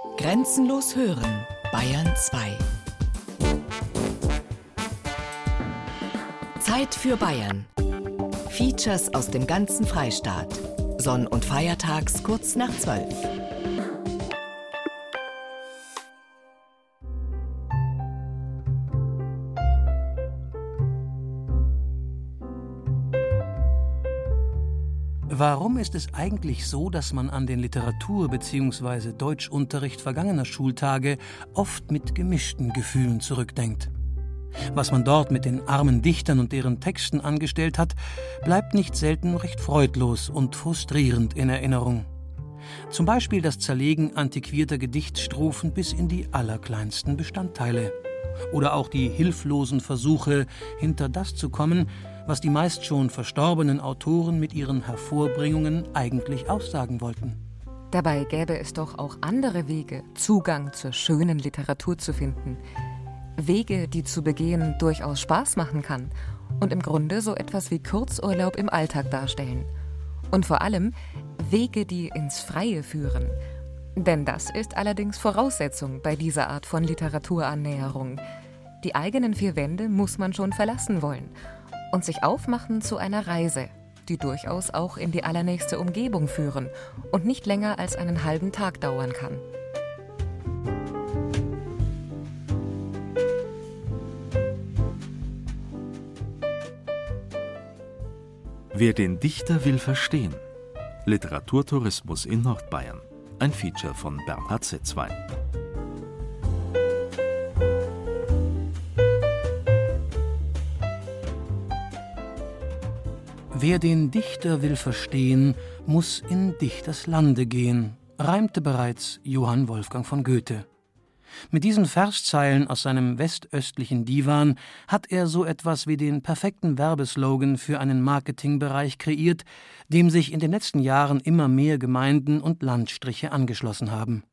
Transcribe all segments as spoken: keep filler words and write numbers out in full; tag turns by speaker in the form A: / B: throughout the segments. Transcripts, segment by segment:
A: Grenzenlos hören, Bayern zwei. Zeit für Bayern. Features aus dem ganzen Freistaat. Sonn- und Feiertags kurz nach zwölf.
B: Warum ist es eigentlich so, dass man an den Literatur- bzw. Deutschunterricht vergangener Schultage oft mit gemischten Gefühlen zurückdenkt? Was man dort mit den armen Dichtern und deren Texten angestellt hat, bleibt nicht selten recht freudlos und frustrierend in Erinnerung. Zum Beispiel das Zerlegen antiquierter Gedichtstrophen bis in die allerkleinsten Bestandteile. Oder auch die hilflosen Versuche, hinter das zu kommen, was die meist schon verstorbenen Autoren mit ihren Hervorbringungen eigentlich aussagen wollten.
C: Dabei gäbe es doch auch andere Wege, Zugang zur schönen Literatur zu finden. Wege, die zu begehen durchaus Spaß machen kann und im Grunde so etwas wie Kurzurlaub im Alltag darstellen. Und vor allem Wege, die ins Freie führen. Denn das ist allerdings Voraussetzung bei dieser Art von Literaturannäherung. Die eigenen vier Wände muss man schon verlassen wollen und sich aufmachen zu einer Reise, die durchaus auch in die allernächste Umgebung führen und nicht länger als einen halben Tag dauern kann.
D: Wer den Dichter will verstehen. Literaturtourismus in Nordbayern. Ein Feature von Bernhard Setzwein.
B: Wer den Dichter will verstehen, muss in Dichterslande gehen, reimte bereits Johann Wolfgang von Goethe. Mit diesen Verszeilen aus seinem westöstlichen Divan hat er so etwas wie den perfekten Werbeslogan für einen Marketingbereich kreiert, dem sich in den letzten Jahren immer mehr Gemeinden und Landstriche angeschlossen haben.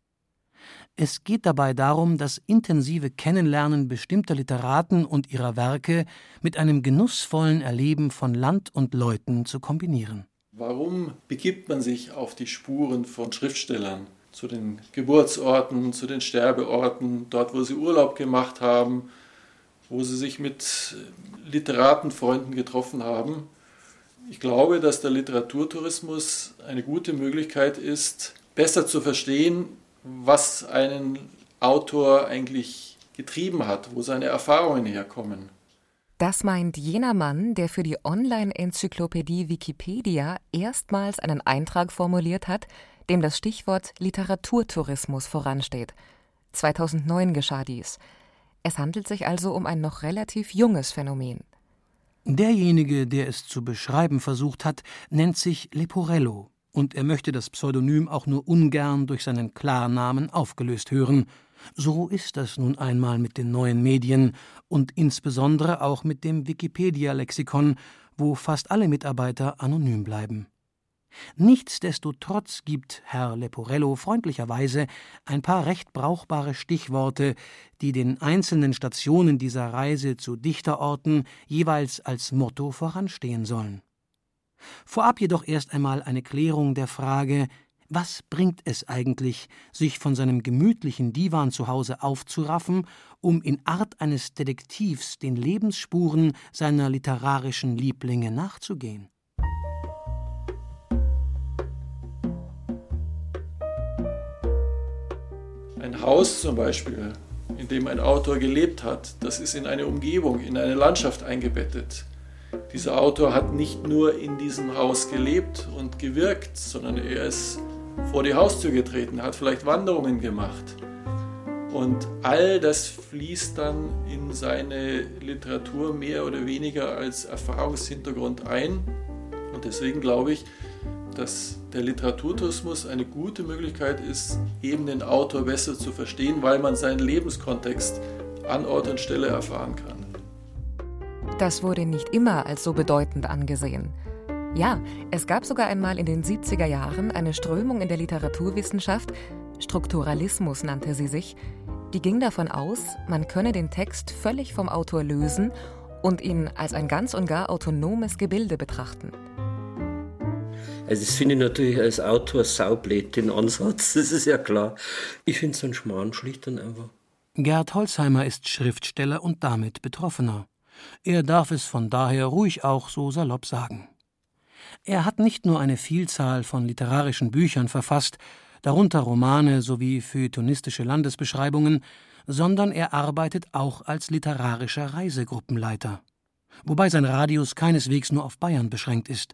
B: Es geht dabei darum, das intensive Kennenlernen bestimmter Literaten und ihrer Werke mit einem genussvollen Erleben von Land und Leuten zu kombinieren.
E: Warum begibt man sich auf die Spuren von Schriftstellern? Zu den Geburtsorten, zu den Sterbeorten, dort, wo sie Urlaub gemacht haben, wo sie sich mit Literatenfreunden getroffen haben. Ich glaube, dass der Literaturtourismus eine gute Möglichkeit ist, besser zu verstehen, was einen Autor eigentlich getrieben hat, wo seine Erfahrungen herkommen.
C: Das meint jener Mann, der für die Online-Enzyklopädie Wikipedia erstmals einen Eintrag formuliert hat, dem das Stichwort Literaturtourismus voransteht. zweitausendneun geschah dies. Es handelt sich also um ein noch relativ junges Phänomen.
B: Derjenige, der es zu beschreiben versucht hat, nennt sich Leporello und er möchte das Pseudonym auch nur ungern durch seinen Klarnamen aufgelöst hören. So ist das nun einmal mit den neuen Medien und insbesondere auch mit dem Wikipedia-Lexikon, wo fast alle Mitarbeiter anonym bleiben. Nichtsdestotrotz gibt Herr Leporello freundlicherweise ein paar recht brauchbare Stichworte, die den einzelnen Stationen dieser Reise zu Dichterorten jeweils als Motto voranstehen sollen. Vorab jedoch erst einmal eine Klärung der Frage, was bringt es eigentlich, sich von seinem gemütlichen Divan zu Hause aufzuraffen, um in Art eines Detektivs den Lebensspuren seiner literarischen Lieblinge nachzugehen?
E: Ein Haus zum Beispiel, in dem ein Autor gelebt hat, das ist in eine Umgebung, in eine Landschaft eingebettet. Dieser Autor hat nicht nur in diesem Haus gelebt und gewirkt, sondern er ist vor die Haustür getreten, er hat vielleicht Wanderungen gemacht. Und all das fließt dann in seine Literatur mehr oder weniger als Erfahrungshintergrund ein. Und deswegen glaube ich, dass der Literaturtourismus eine gute Möglichkeit ist, eben den Autor besser zu verstehen, weil man seinen Lebenskontext an Ort und Stelle erfahren kann.
C: Das wurde nicht immer als so bedeutend angesehen. Ja, es gab sogar einmal in den siebziger Jahren eine Strömung in der Literaturwissenschaft, Strukturalismus nannte sie sich, die ging davon aus, man könne den Text völlig vom Autor lösen und ihn als ein ganz und gar autonomes Gebilde betrachten.
F: Also das finde ich natürlich als Autor saublöd, den Ansatz, das ist ja klar. Ich finde es ein Schmarrn, schlicht und einfach.
B: Gerd Holzheimer ist Schriftsteller und damit Betroffener. Er darf es von daher ruhig auch so salopp sagen. Er hat nicht nur eine Vielzahl von literarischen Büchern verfasst, darunter Romane sowie feuilletonistische Landesbeschreibungen, sondern er arbeitet auch als literarischer Reisegruppenleiter, wobei sein Radius keineswegs nur auf Bayern beschränkt ist.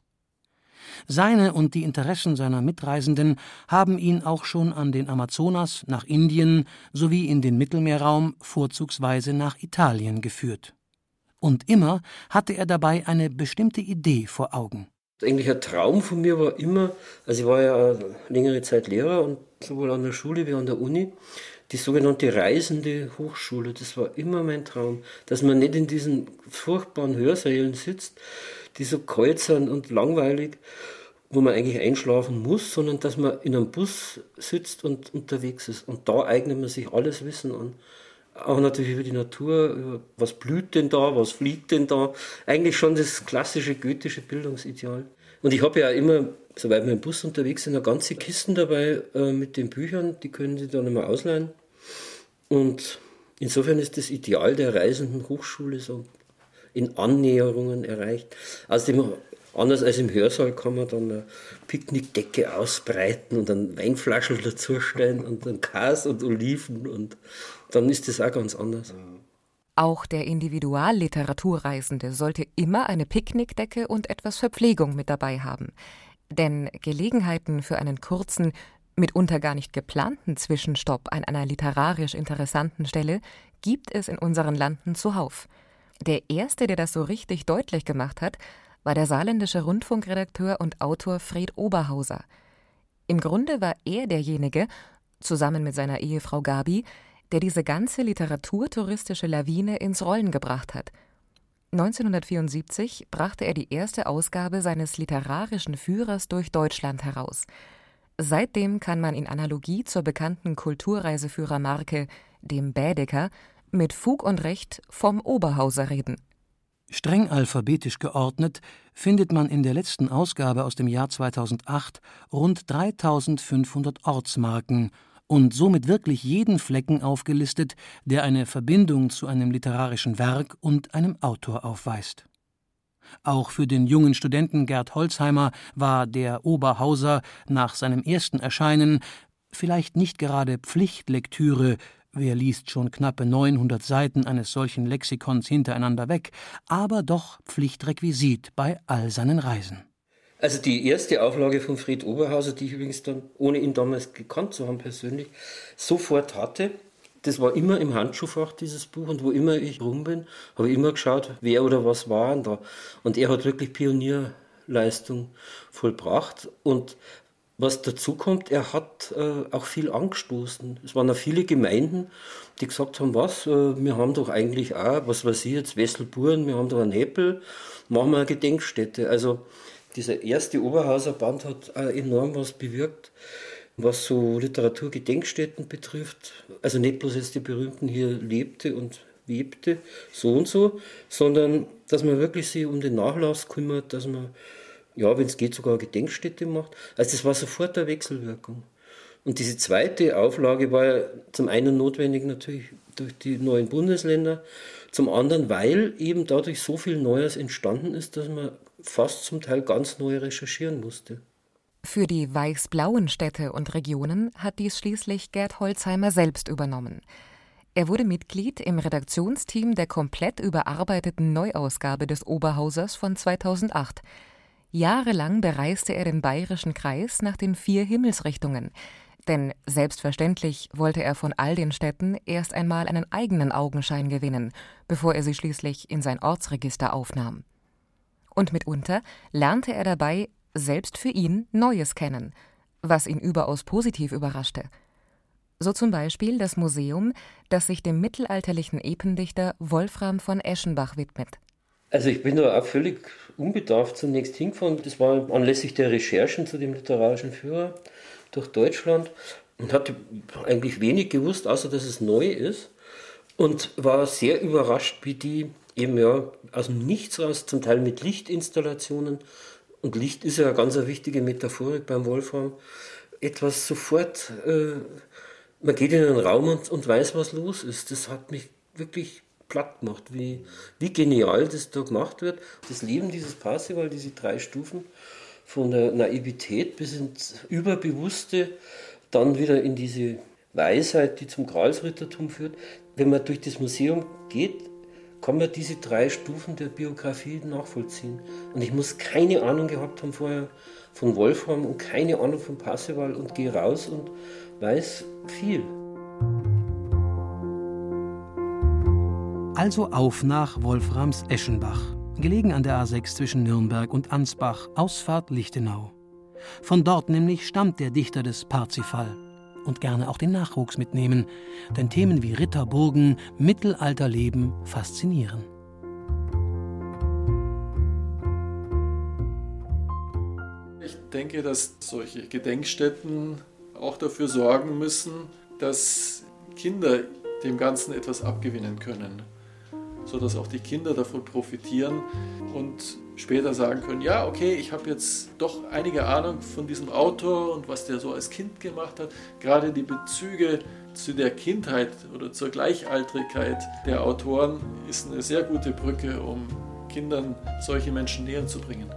B: Seine und die Interessen seiner Mitreisenden haben ihn auch schon an den Amazonas, nach Indien sowie in den Mittelmeerraum, vorzugsweise nach Italien geführt. Und immer hatte er dabei eine bestimmte Idee vor Augen.
F: Eigentlich ein Traum von mir war immer, also ich war ja längere Zeit Lehrer und sowohl an der Schule wie an der Uni, die sogenannte reisende Hochschule, das war immer mein Traum, dass man nicht in diesen furchtbaren Hörsälen sitzt, die so kalt sind und langweilig, wo man eigentlich einschlafen muss, sondern dass man in einem Bus sitzt und unterwegs ist. Und da eignet man sich alles Wissen an. Auch natürlich über die Natur, über was blüht denn da, was fliegt denn da. Eigentlich schon das klassische goethische Bildungsideal. Und ich habe ja immer, soweit wir im Bus unterwegs sind, eine ganze Kisten dabei äh, mit den Büchern, die können Sie dann immer ausleihen. Und insofern ist das Ideal der reisenden Hochschule so in Annäherungen erreicht. Außerdem, anders als im Hörsaal, kann man dann eine Picknickdecke ausbreiten und ein Weinflaschel dazustellen und dann Käse und Oliven und dann ist das auch ganz anders.
C: Auch der Individualliteraturreisende sollte immer eine Picknickdecke und etwas Verpflegung mit dabei haben. Denn Gelegenheiten für einen kurzen, mitunter gar nicht geplanten Zwischenstopp an einer literarisch interessanten Stelle gibt es in unseren Landen zuhauf. Der erste, der das so richtig deutlich gemacht hat, war der saarländische Rundfunkredakteur und Autor Fred Oberhauser. Im Grunde war er derjenige, zusammen mit seiner Ehefrau Gabi, der diese ganze literaturtouristische Lawine ins Rollen gebracht hat. neunzehnhundertvierundsiebzig brachte er die erste Ausgabe seines literarischen Führers durch Deutschland heraus. Seitdem kann man in Analogie zur bekannten Kulturreiseführermarke, dem Baedeker, mit Fug und Recht vom Oberhauser reden.
B: Streng alphabetisch geordnet findet man in der letzten Ausgabe aus dem Jahr zweitausendacht rund dreitausendfünfhundert Ortsmarken und somit wirklich jeden Flecken aufgelistet, der eine Verbindung zu einem literarischen Werk und einem Autor aufweist. Auch für den jungen Studenten Gerd Holzheimer war der Oberhauser nach seinem ersten Erscheinen vielleicht nicht gerade Pflichtlektüre, wer liest schon knappe neunhundert Seiten eines solchen Lexikons hintereinander weg, aber doch Pflichtrequisit bei all seinen Reisen.
F: Also die erste Auflage von Fred Oberhauser, die ich übrigens dann, ohne ihn damals gekannt zu haben persönlich, sofort hatte, das war immer im Handschuhfach, dieses Buch, und wo immer ich rum bin, habe ich immer geschaut, wer oder was war denn da. Und er hat wirklich Pionierleistung vollbracht. Und was dazu kommt, er hat äh, auch viel angestoßen. Es waren auch viele Gemeinden, die gesagt haben, was, äh, wir haben doch eigentlich auch, was weiß ich jetzt, Wesselburen, wir haben doch einen Heppel, machen wir eine Gedenkstätte. Also dieser erste Oberhauser Band hat auch enorm was bewirkt, was so Literaturgedenkstätten betrifft. Also nicht bloß jetzt die berühmten hier lebte und webte, so und so, sondern dass man wirklich sich um den Nachlass kümmert, dass man, ja, wenn es geht, sogar eine Gedenkstätte macht. Also das war sofort eine Wechselwirkung. Und diese zweite Auflage war ja zum einen notwendig natürlich durch die neuen Bundesländer, zum anderen, weil eben dadurch so viel Neues entstanden ist, dass man fast zum Teil ganz neu recherchieren musste.
C: Für die weiß-blauen Städte und Regionen hat dies schließlich Gerd Holzheimer selbst übernommen. Er wurde Mitglied im Redaktionsteam der komplett überarbeiteten Neuausgabe des Oberhausers von zweitausendacht. Jahrelang bereiste er den bayerischen Kreis nach den vier Himmelsrichtungen. Denn selbstverständlich wollte er von all den Städten erst einmal einen eigenen Augenschein gewinnen, bevor er sie schließlich in sein Ortsregister aufnahm. Und mitunter lernte er dabei selbst für ihn Neues kennen, was ihn überaus positiv überraschte. So zum Beispiel das Museum, das sich dem mittelalterlichen Ependichter Wolfram von Eschenbach widmet.
F: Also ich bin da auch völlig unbedarft zunächst hingefahren. Das war anlässlich der Recherchen zu dem literarischen Führer durch Deutschland und hatte eigentlich wenig gewusst, außer dass es neu ist, und war sehr überrascht, wie die eben ja aus dem Nichts raus, zum Teil mit Lichtinstallationen Und Licht ist ja eine ganz wichtige Metaphorik beim Wolfram. Etwas sofort, äh, man geht in einen Raum und, und weiß, was los ist. Das hat mich wirklich platt gemacht, wie, wie genial das da gemacht wird. Das Leben dieses Parzival, diese drei Stufen, von der Naivität bis ins Überbewusste, dann wieder in diese Weisheit, die zum Gralsrittertum führt. Wenn man durch das Museum geht, kann man diese drei Stufen der Biografie nachvollziehen. Und ich muss keine Ahnung gehabt haben vorher von Wolfram und keine Ahnung von Parzival und gehe raus und weiß viel.
B: Also auf nach Wolframs Eschenbach, gelegen an der A sechs zwischen Nürnberg und Ansbach, Ausfahrt Lichtenau. Von dort nämlich stammt der Dichter des Parzifal. Und gerne auch den Nachwuchs mitnehmen, denn Themen wie Ritterburgen, Mittelalterleben faszinieren.
E: Ich denke, dass solche Gedenkstätten auch dafür sorgen müssen, dass Kinder dem Ganzen etwas abgewinnen können, sodass auch die Kinder davon profitieren und später sagen können, ja, okay, ich habe jetzt doch einige Ahnung von diesem Autor und was der so als Kind gemacht hat. Gerade die Bezüge zu der Kindheit oder zur Gleichaltrigkeit der Autoren ist eine sehr gute Brücke, um Kindern solche Menschen näher zu bringen.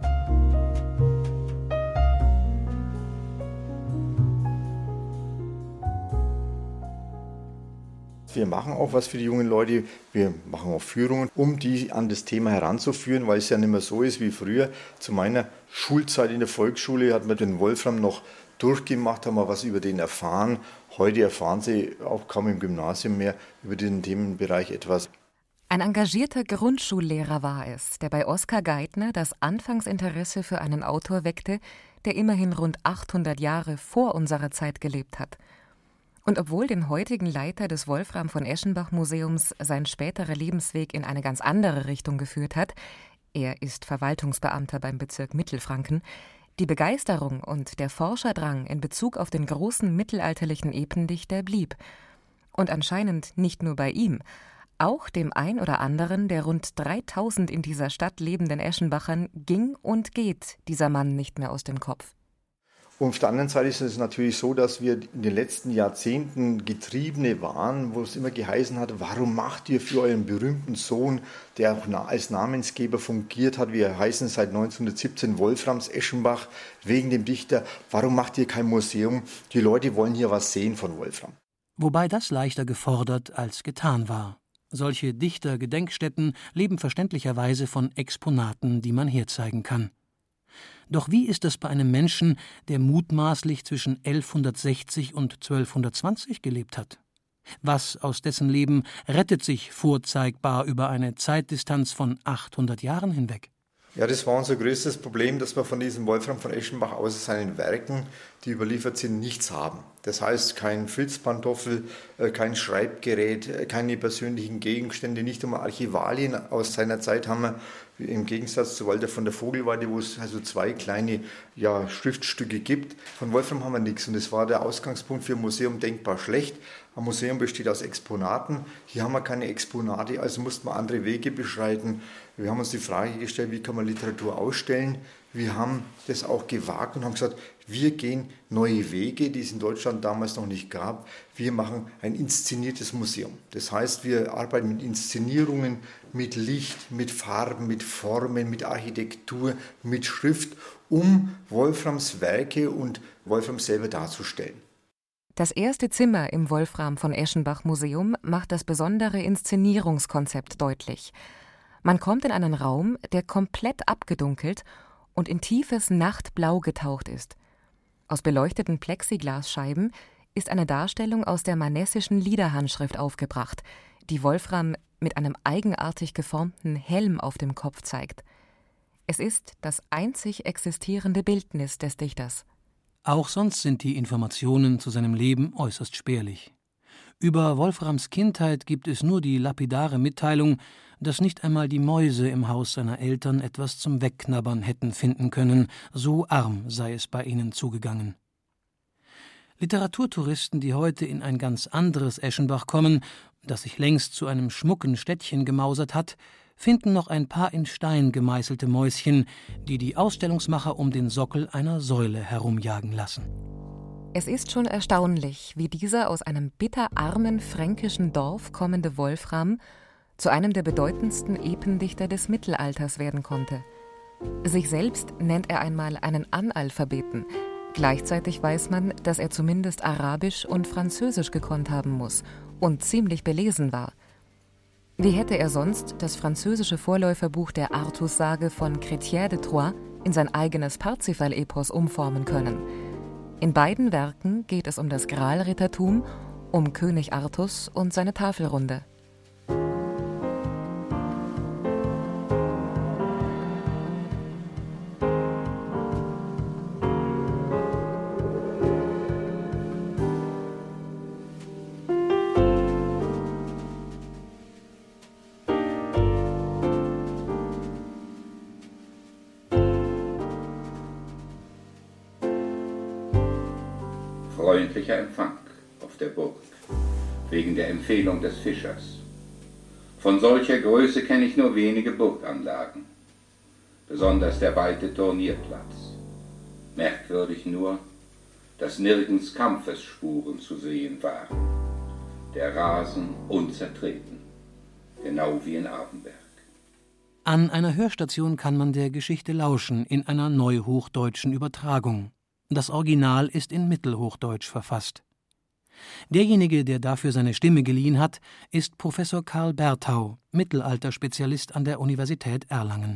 G: Wir machen auch was für die jungen Leute, wir machen auch Führungen, um die an das Thema heranzuführen, weil es ja nicht mehr so ist wie früher. Zu meiner Schulzeit in der Volksschule hat man den Wolfram noch durchgemacht, haben wir was über den erfahren. Heute erfahren sie auch kaum im Gymnasium mehr über diesen Themenbereich etwas.
C: Ein engagierter Grundschullehrer war es, der bei Oskar Geithner das Anfangsinteresse für einen Autor weckte, der immerhin rund achthundert Jahre vor unserer Zeit gelebt hat. Und obwohl den heutigen Leiter des Wolfram von Eschenbach Museums sein späterer Lebensweg in eine ganz andere Richtung geführt hat, er ist Verwaltungsbeamter beim Bezirk Mittelfranken, die Begeisterung und der Forscherdrang in Bezug auf den großen mittelalterlichen Ependichter blieb. Und anscheinend nicht nur bei ihm, auch dem ein oder anderen der rund dreitausend in dieser Stadt lebenden Eschenbachern ging und geht dieser Mann nicht mehr aus dem Kopf.
G: Und auf der anderen Seite ist es natürlich so, dass wir in den letzten Jahrzehnten Getriebene waren, wo es immer geheißen hat, warum macht ihr für euren berühmten Sohn, der auch als Namensgeber fungiert hat, wir heißen seit neunzehnhundertsiebzehn Wolframs Eschenbach, wegen dem Dichter, warum macht ihr kein Museum? Die Leute wollen hier was sehen von Wolfram.
B: Wobei das leichter gefordert als getan war. Solche Dichter-Gedenkstätten leben verständlicherweise von Exponaten, die man herzeigen kann. Doch wie ist es bei einem Menschen, der mutmaßlich zwischen elfhundertsechzig und zwölfhundertzwanzig gelebt hat? Was aus dessen Leben rettet sich vorzeigbar über eine Zeitdistanz von achthundert Jahren hinweg?
G: Ja, das war unser größtes Problem, dass wir von diesem Wolfram von Eschenbach außer seinen Werken, die überliefert sind, nichts haben. Das heißt, kein Filzpantoffel, kein Schreibgerät, keine persönlichen Gegenstände, nicht einmal Archivalien aus seiner Zeit haben wir, im Gegensatz zu Walter von der Vogelweide, wo es also zwei kleine ja, Schriftstücke gibt. Von Wolfram haben wir nichts und das war der Ausgangspunkt für ein Museum denkbar schlecht. Ein Museum besteht aus Exponaten. Hier haben wir keine Exponate, also mussten wir andere Wege beschreiten. Wir haben uns die Frage gestellt, wie kann man Literatur ausstellen? Wir haben das auch gewagt und haben gesagt, wir gehen neue Wege, die es in Deutschland damals noch nicht gab. Wir machen ein inszeniertes Museum. Das heißt, wir arbeiten mit Inszenierungen, mit Licht, mit Farben, mit Formen, mit Architektur, mit Schrift, um Wolframs Werke und Wolfram selber darzustellen.
C: Das erste Zimmer im Wolfram von Eschenbach Museum macht das besondere Inszenierungskonzept deutlich. Man kommt in einen Raum, der komplett abgedunkelt und in tiefes Nachtblau getaucht ist. Aus beleuchteten Plexiglasscheiben ist eine Darstellung aus der manessischen Liederhandschrift aufgebracht, die Wolfram mit einem eigenartig geformten Helm auf dem Kopf zeigt. Es ist das einzig existierende Bildnis des Dichters.
B: Auch sonst sind die Informationen zu seinem Leben äußerst spärlich. Über Wolframs Kindheit gibt es nur die lapidare Mitteilung, dass nicht einmal die Mäuse im Haus seiner Eltern etwas zum Wegknabbern hätten finden können, so arm sei es bei ihnen zugegangen. Literaturtouristen, die heute in ein ganz anderes Eschenbach kommen, das sich längst zu einem schmucken Städtchen gemausert hat, finden noch ein paar in Stein gemeißelte Mäuschen, die die Ausstellungsmacher um den Sockel einer Säule herumjagen lassen.
C: Es ist schon erstaunlich, wie dieser aus einem bitterarmen fränkischen Dorf kommende Wolfram zu einem der bedeutendsten Ependichter des Mittelalters werden konnte. Sich selbst nennt er einmal einen Analphabeten. Gleichzeitig weiß man, dass er zumindest Arabisch und Französisch gekonnt haben muss und ziemlich belesen war. Wie hätte er sonst das französische Vorläuferbuch der Artussage von Chrétien de Troyes in sein eigenes Parzifal-Epos umformen können? In beiden Werken geht es um das Graalrittertum, um König Artus und seine Tafelrunde.
H: Freundlicher Empfang auf der Burg, wegen der Empfehlung des Fischers. Von solcher Größe kenne ich nur wenige Burganlagen, besonders der weite Turnierplatz. Merkwürdig nur, dass nirgends Kampfesspuren zu sehen waren. Der Rasen unzertreten, genau wie in Abenberg.
B: An einer Hörstation kann man der Geschichte lauschen in einer neuhochdeutschen Übertragung. Das Original ist in Mittelhochdeutsch verfasst. Derjenige, der dafür seine Stimme geliehen hat, ist Professor Karl Berthau, Mittelalterspezialist an der Universität Erlangen.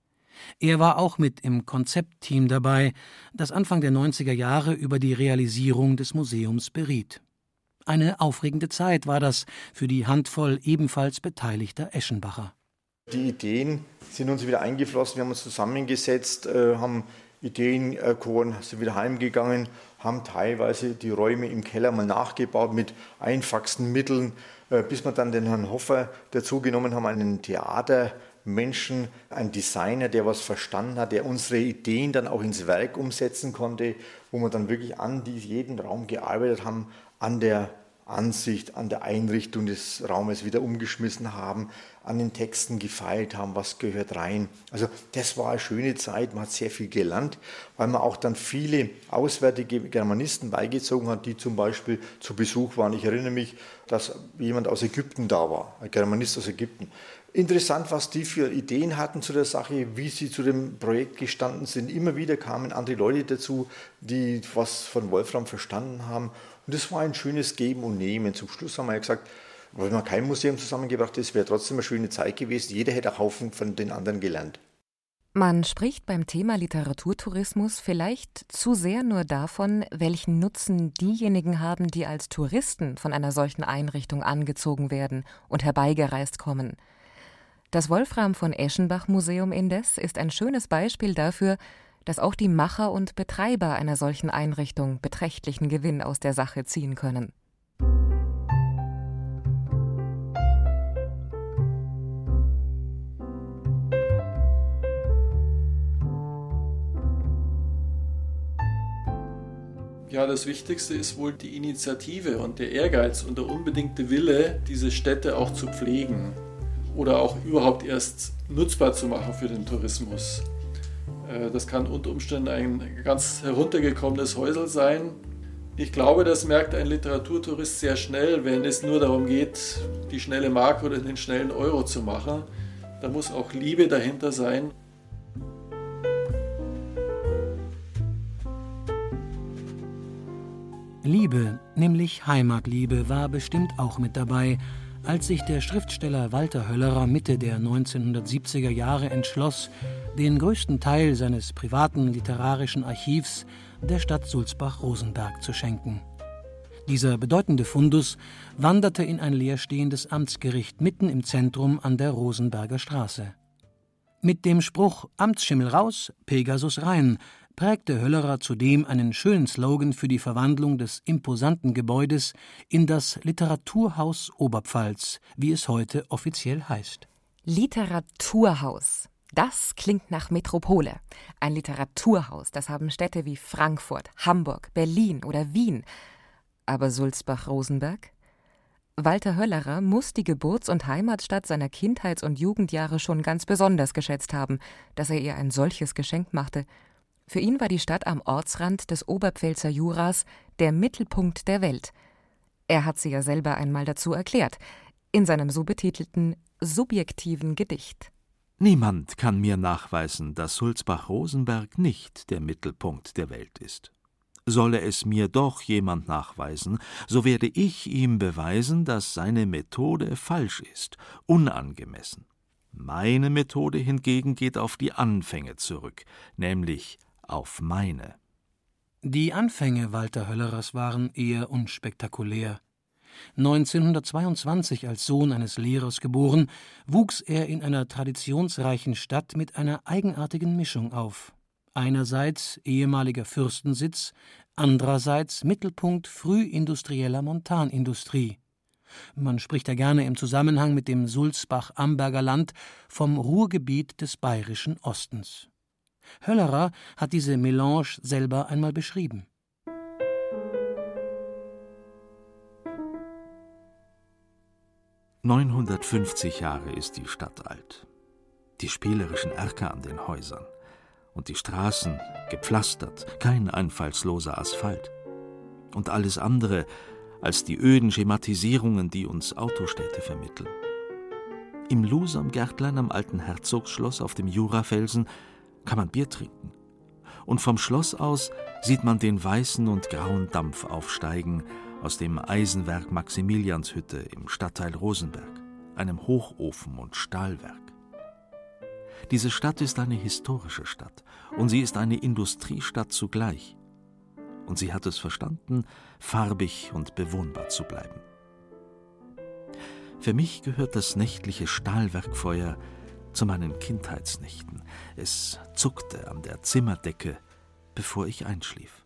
B: Er war auch mit im Konzeptteam dabei, das Anfang der neunziger Jahre über die Realisierung des Museums beriet. Eine aufregende Zeit war das für die Handvoll ebenfalls beteiligter Eschenbacher.
G: Die Ideen sind uns wieder eingeflossen, wir haben uns zusammengesetzt, äh, haben Ideen geholt, sind wieder heimgegangen, haben teilweise die Räume im Keller mal nachgebaut mit einfachsten Mitteln, äh, bis wir dann den Herrn Hoffer dazugenommen haben, einen Theatermenschen, einen Designer, der was verstanden hat, der unsere Ideen dann auch ins Werk umsetzen konnte, wo wir dann wirklich an die, jeden Raum gearbeitet haben, an der Ansicht, an der Einrichtung des Raumes wieder umgeschmissen haben, an den Texten gefeilt haben, was gehört rein. Also das war eine schöne Zeit, man hat sehr viel gelernt, weil man auch dann viele auswärtige Germanisten beigezogen hat, die zum Beispiel zu Besuch waren. Ich erinnere mich, dass jemand aus Ägypten da war, ein Germanist aus Ägypten. Interessant, was die für Ideen hatten zu der Sache, wie sie zu dem Projekt gestanden sind. Immer wieder kamen andere Leute dazu, die was von Wolfram verstanden haben. Und das war ein schönes Geben und Nehmen. Zum Schluss haben wir gesagt, wenn man kein Museum zusammengebracht ist, wäre trotzdem eine schöne Zeit gewesen. Jeder hätte einen Haufen von den anderen gelernt.
C: Man spricht beim Thema Literaturtourismus vielleicht zu sehr nur davon, welchen Nutzen diejenigen haben, die als Touristen von einer solchen Einrichtung angezogen werden und herbeigereist kommen. Das Wolfram von Eschenbach Museum indes ist ein schönes Beispiel dafür, dass auch die Macher und Betreiber einer solchen Einrichtung beträchtlichen Gewinn aus der Sache ziehen können.
E: Ja, das Wichtigste ist wohl die Initiative und der Ehrgeiz und der unbedingte Wille, diese Städte auch zu pflegen oder auch überhaupt erst nutzbar zu machen für den Tourismus. Das kann unter Umständen ein ganz heruntergekommenes Häusel sein. Ich glaube, das merkt ein Literaturtourist sehr schnell, wenn es nur darum geht, die schnelle Mark oder den schnellen Euro zu machen. Da muss auch Liebe dahinter sein.
B: Liebe, nämlich Heimatliebe, war bestimmt auch mit dabei, als sich der Schriftsteller Walter Höllerer Mitte der neunzehnhundertsiebziger Jahre entschloss, den größten Teil seines privaten literarischen Archivs der Stadt Sulzbach-Rosenberg zu schenken. Dieser bedeutende Fundus wanderte in ein leerstehendes Amtsgericht mitten im Zentrum an der Rosenberger Straße. Mit dem Spruch »Amtsschimmel raus, Pegasus rein« prägte Höllerer zudem einen schönen Slogan für die Verwandlung des imposanten Gebäudes in das Literaturhaus Oberpfalz, wie es heute offiziell heißt.
C: Literaturhaus. Das klingt nach Metropole. Ein Literaturhaus, das haben Städte wie Frankfurt, Hamburg, Berlin oder Wien. Aber Sulzbach-Rosenberg? Walter Höllerer muss die Geburts- und Heimatstadt seiner Kindheits- und Jugendjahre schon ganz besonders geschätzt haben, dass er ihr ein solches Geschenk machte. Für ihn war die Stadt am Ortsrand des Oberpfälzer Juras der Mittelpunkt der Welt. Er hat sie ja selber einmal dazu erklärt, in seinem so betitelten subjektiven Gedicht.
D: Niemand kann mir nachweisen, dass Sulzbach-Rosenberg nicht der Mittelpunkt der Welt ist. Solle es mir doch jemand nachweisen, so werde ich ihm beweisen, dass seine Methode falsch ist, unangemessen. Meine Methode hingegen geht auf die Anfänge zurück, nämlich auf meine.
B: Die Anfänge Walter Höllerers waren eher unspektakulär. neunzehnhundertzweiundzwanzig als Sohn eines Lehrers geboren, wuchs er in einer traditionsreichen Stadt mit einer eigenartigen Mischung auf. Einerseits ehemaliger Fürstensitz, andererseits Mittelpunkt frühindustrieller Montanindustrie. Man spricht ja gerne im Zusammenhang mit dem Sulzbach-Amberger Land vom Ruhrgebiet des bayerischen Ostens. Höllerer hat diese Melange selber einmal beschrieben.
D: neunhundertfünfzig Jahre ist die Stadt alt. Die spielerischen Erker an den Häusern. Und die Straßen gepflastert, kein einfallsloser Asphalt. Und alles andere als die öden Schematisierungen, die uns Autostädte vermitteln. Im Lusam-Gärtlein am alten Herzogsschloss auf dem Jurafelsen kann man Bier trinken. Und vom Schloss aus sieht man den weißen und grauen Dampf aufsteigen aus dem Eisenwerk Maximilianshütte im Stadtteil Rosenberg, einem Hochofen und Stahlwerk. Diese Stadt ist eine historische Stadt und sie ist eine Industriestadt zugleich. Und sie hat es verstanden, farbig und bewohnbar zu bleiben. Für mich gehört das nächtliche Stahlwerkfeuer zu meinen Kindheitsnächten. Es zuckte an der Zimmerdecke, bevor ich einschlief.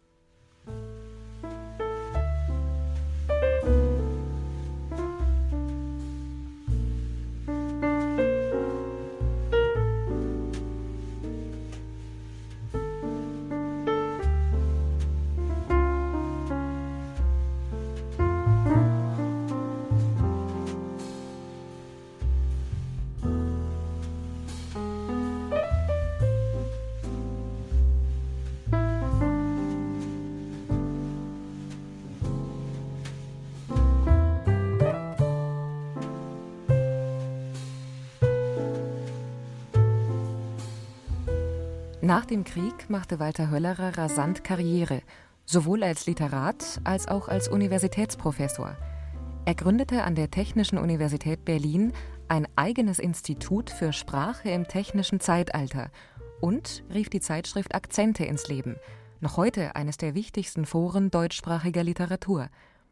C: Nach dem Krieg machte Walter Höllerer rasant Karriere, sowohl als Literat als auch als Universitätsprofessor. Er gründete an der Technischen Universität Berlin ein eigenes Institut für Sprache im technischen Zeitalter und rief die Zeitschrift Akzente ins Leben, noch heute eines der wichtigsten Foren deutschsprachiger Literatur.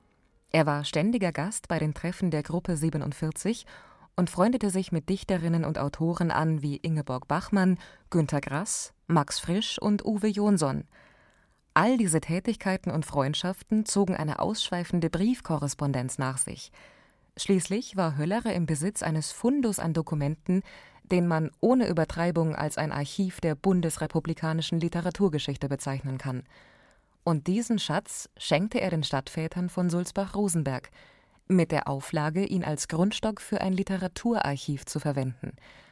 C: Er war ständiger Gast bei den Treffen der Gruppe siebenundvierzig und freundete sich mit Dichterinnen und Autoren an wie Ingeborg Bachmann, Günter Grass, Max Frisch und Uwe Jonsson. All diese Tätigkeiten und Freundschaften zogen eine ausschweifende Briefkorrespondenz nach sich. Schließlich war Höllerer im Besitz eines Fundus an Dokumenten, den man ohne Übertreibung als ein Archiv der bundesrepublikanischen Literaturgeschichte bezeichnen kann. Und diesen Schatz schenkte er den Stadtvätern von Sulzbach-Rosenberg, mit der Auflage, ihn als Grundstock für ein Literaturarchiv zu verwenden.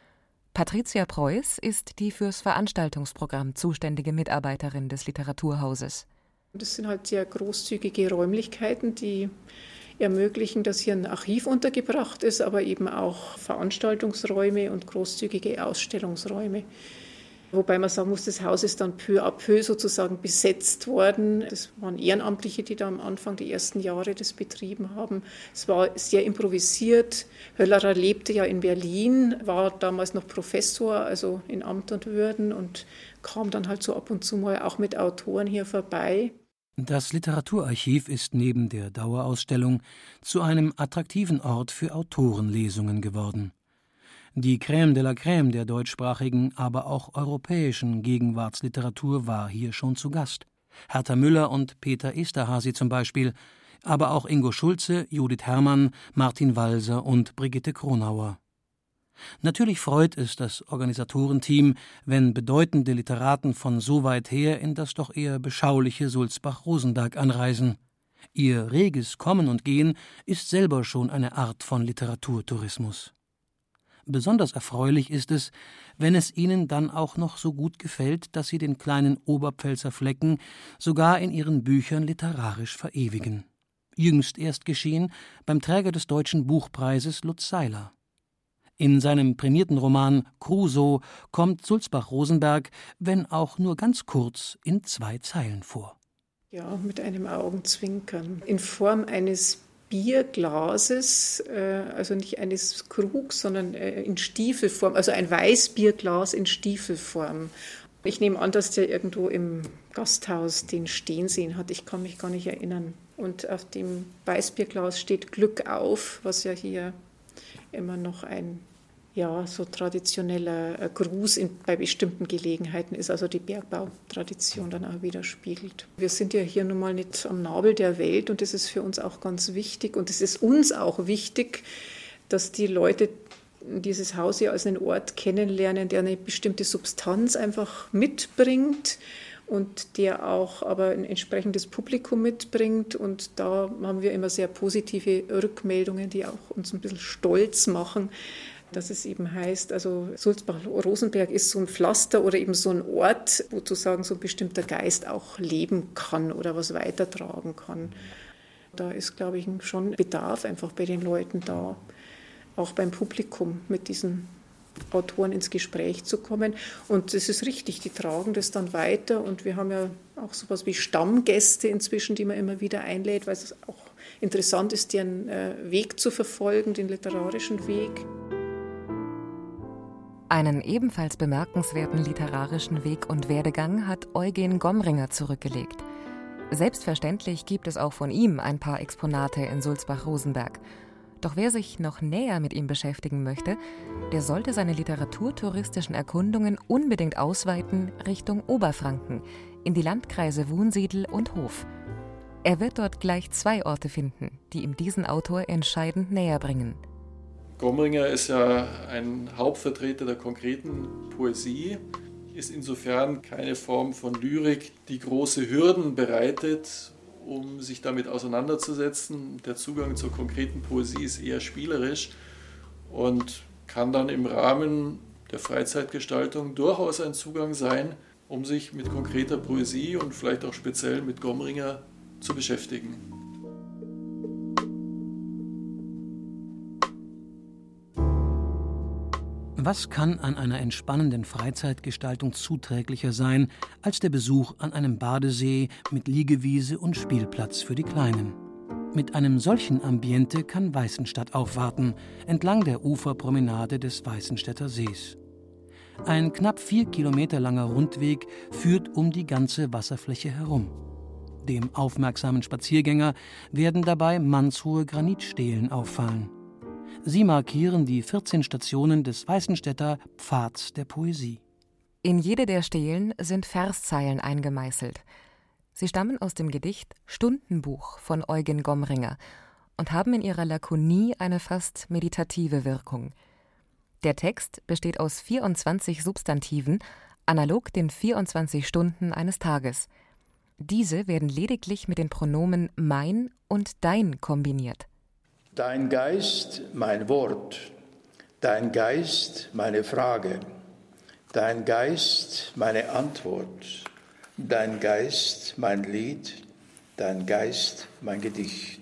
C: Patricia Preuß ist die fürs Veranstaltungsprogramm zuständige Mitarbeiterin des Literaturhauses.
I: Das sind halt sehr großzügige Räumlichkeiten, die ermöglichen, dass hier ein Archiv untergebracht ist, aber eben auch Veranstaltungsräume und großzügige Ausstellungsräume. Wobei man sagen muss, das Haus ist dann peu à peu sozusagen besetzt worden. Das waren Ehrenamtliche, die da am Anfang die ersten Jahre das betrieben haben. Es war sehr improvisiert. Höllerer lebte ja in Berlin, war damals noch Professor, also in Amt und Würden und kam dann halt so ab und zu mal auch mit Autoren hier vorbei.
B: Das Literaturarchiv ist neben der Dauerausstellung zu einem attraktiven Ort für Autorenlesungen geworden. Die Crème de la Crème der deutschsprachigen, aber auch europäischen Gegenwartsliteratur war hier schon zu Gast. Hertha Müller und Peter Esterhazy zum Beispiel, aber auch Ingo Schulze, Judith Herrmann, Martin Walser und Brigitte Kronauer. Natürlich freut es das Organisatorenteam, wenn bedeutende Literaten von so weit her in das doch eher beschauliche Sulzbach-Rosenberg anreisen. Ihr reges Kommen und Gehen ist selber schon eine Art von Literaturtourismus. Besonders erfreulich ist es, wenn es ihnen dann auch noch so gut gefällt, dass sie den kleinen Oberpfälzer Flecken sogar in ihren Büchern literarisch verewigen. Jüngst erst geschehen beim Träger des Deutschen Buchpreises Lutz Seiler. In seinem prämierten Roman Crusoe kommt Sulzbach-Rosenberg, wenn auch nur ganz kurz, in zwei Zeilen vor.
I: Ja, mit einem Augenzwinkern. In Form eines Bierglases, also nicht eines Krugs, sondern in Stiefelform, also ein Weißbierglas in Stiefelform. Ich nehme an, dass der irgendwo im Gasthaus den stehen sehen hat. Ich kann mich gar nicht erinnern. Und auf dem Weißbierglas steht Glück auf, was ja hier immer noch ein ja, so traditioneller Gruß in, bei bestimmten Gelegenheiten ist, also die Bergbautradition dann auch widerspiegelt. Wir sind ja hier nun mal nicht am Nabel der Welt und das ist für uns auch ganz wichtig und es ist uns auch wichtig, dass die Leute dieses Haus hier als einen Ort kennenlernen, der eine bestimmte Substanz einfach mitbringt und der auch aber ein entsprechendes Publikum mitbringt und da haben wir immer sehr positive Rückmeldungen, die auch uns ein bisschen stolz machen, dass es eben heißt, also Sulzbach-Rosenberg ist so ein Pflaster oder eben so ein Ort, wo sozusagen so ein bestimmter Geist auch leben kann oder was weitertragen kann. Da ist, glaube ich, schon Bedarf einfach bei den Leuten da, auch beim Publikum mit diesen Autoren ins Gespräch zu kommen. Und es ist richtig, die tragen das dann weiter und wir haben ja auch sowas wie Stammgäste inzwischen, die man immer wieder einlädt, weil es auch interessant ist, deren Weg zu verfolgen, den literarischen Weg.
C: Einen ebenfalls bemerkenswerten literarischen Weg und Werdegang hat Eugen Gomringer zurückgelegt. Selbstverständlich gibt es auch von ihm ein paar Exponate in Sulzbach-Rosenberg. Doch wer sich noch näher mit ihm beschäftigen möchte, der sollte seine literaturtouristischen Erkundungen unbedingt ausweiten Richtung Oberfranken, in die Landkreise Wunsiedel und Hof. Er wird dort gleich zwei Orte finden, die ihm diesen Autor entscheidend näher bringen.
E: Gomringer ist ja ein Hauptvertreter der konkreten Poesie, ist insofern keine Form von Lyrik, die große Hürden bereitet, um sich damit auseinanderzusetzen. Der Zugang zur konkreten Poesie ist eher spielerisch und kann dann im Rahmen der Freizeitgestaltung durchaus ein Zugang sein, um sich mit konkreter Poesie und vielleicht auch speziell mit Gomringer zu beschäftigen.
B: Was kann an einer entspannenden Freizeitgestaltung zuträglicher sein, als der Besuch an einem Badesee mit Liegewiese und Spielplatz für die Kleinen? Mit einem solchen Ambiente kann Weißenstadt aufwarten, entlang der Uferpromenade des Weißenstädter Sees. Ein knapp vier Kilometer langer Rundweg führt um die ganze Wasserfläche herum. Dem aufmerksamen Spaziergänger werden dabei mannshohe Granitstelen auffallen. Sie markieren die vierzehn Stationen des Weißenstädter Pfads der Poesie.
C: In jede der Stelen sind Verszeilen eingemeißelt. Sie stammen aus dem Gedicht Stundenbuch von Eugen Gomringer und haben in ihrer Lakonie eine fast meditative Wirkung. Der Text besteht aus vierundzwanzig Substantiven, analog den vierundzwanzig Stunden eines Tages. Diese werden lediglich mit den Pronomen mein und dein kombiniert.
J: Dein Geist, mein Wort, dein Geist, meine Frage, dein Geist, meine Antwort, dein Geist, mein Lied, dein Geist, mein Gedicht.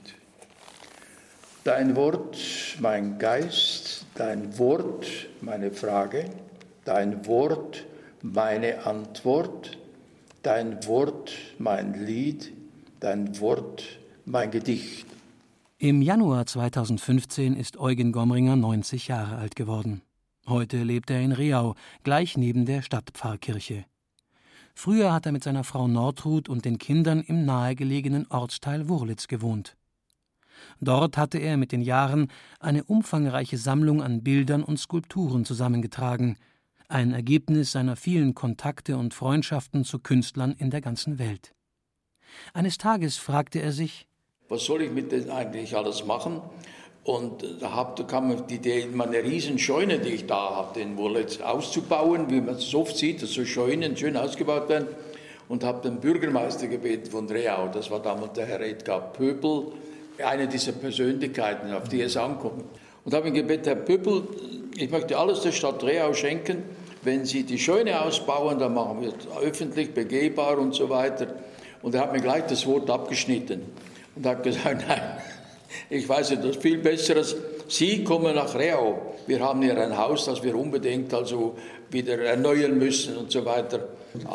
J: Dein Wort, mein Geist, dein Wort, meine Frage, dein Wort, meine Antwort, dein Wort, mein Lied, dein Wort, mein Gedicht.
B: Im Januar zweitausendfünfzehn ist Eugen Gomringer neunzig Jahre alt geworden. Heute lebt er in Reau, gleich neben der Stadtpfarrkirche. Früher hat er mit seiner Frau Nordrut und den Kindern im nahegelegenen Ortsteil Wurlitz gewohnt. Dort hatte er mit den Jahren eine umfangreiche Sammlung an Bildern und Skulpturen zusammengetragen, ein Ergebnis seiner vielen Kontakte und Freundschaften zu Künstlern in der ganzen Welt. Eines Tages fragte er sich:
J: Was soll ich mit dem eigentlich alles machen? Und da kam mir die Idee, meine riesen Scheune, die ich da habe, den Wurlitz auszubauen, wie man es oft sieht, dass so Scheunen schön ausgebaut werden. und habe den Bürgermeister gebeten von Reau, das war damals der Herr Edgar Pöbel, eine dieser Persönlichkeiten, auf die es ankommt. Und habe ihn gebeten, Herr Pöbel, ich möchte alles der Stadt Reau schenken. Wenn Sie die Scheune ausbauen, dann machen wir es öffentlich, begehbar und so weiter. Und er hat mir gleich das Wort abgeschnitten und hat gesagt, nein, ich weiß etwas viel Besseres. Sie kommen nach Reau. Wir haben hier ein Haus, das wir unbedingt also wieder erneuern müssen und so weiter.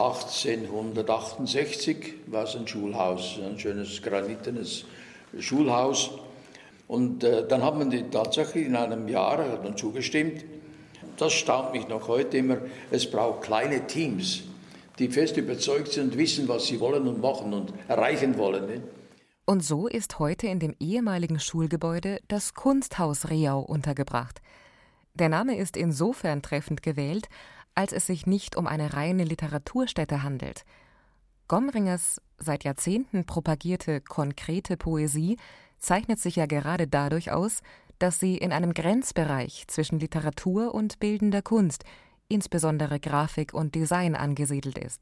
J: achtzehnhundertachtundsechzig war es ein Schulhaus, ein schönes granitenes Schulhaus. Und äh, dann hat man die tatsächlich in einem Jahr hat man zugestimmt. Das staunt mich noch heute immer. Es braucht kleine Teams, die fest überzeugt sind und wissen, was sie wollen und machen und erreichen wollen. Ne?
C: Und so ist heute in dem ehemaligen Schulgebäude das Kunsthaus Reau untergebracht. Der Name ist insofern treffend gewählt, als es sich nicht um eine reine Literaturstätte handelt. Gomringers seit Jahrzehnten propagierte konkrete Poesie zeichnet sich ja gerade dadurch aus, dass sie in einem Grenzbereich zwischen Literatur und bildender Kunst, insbesondere Grafik und Design, angesiedelt ist.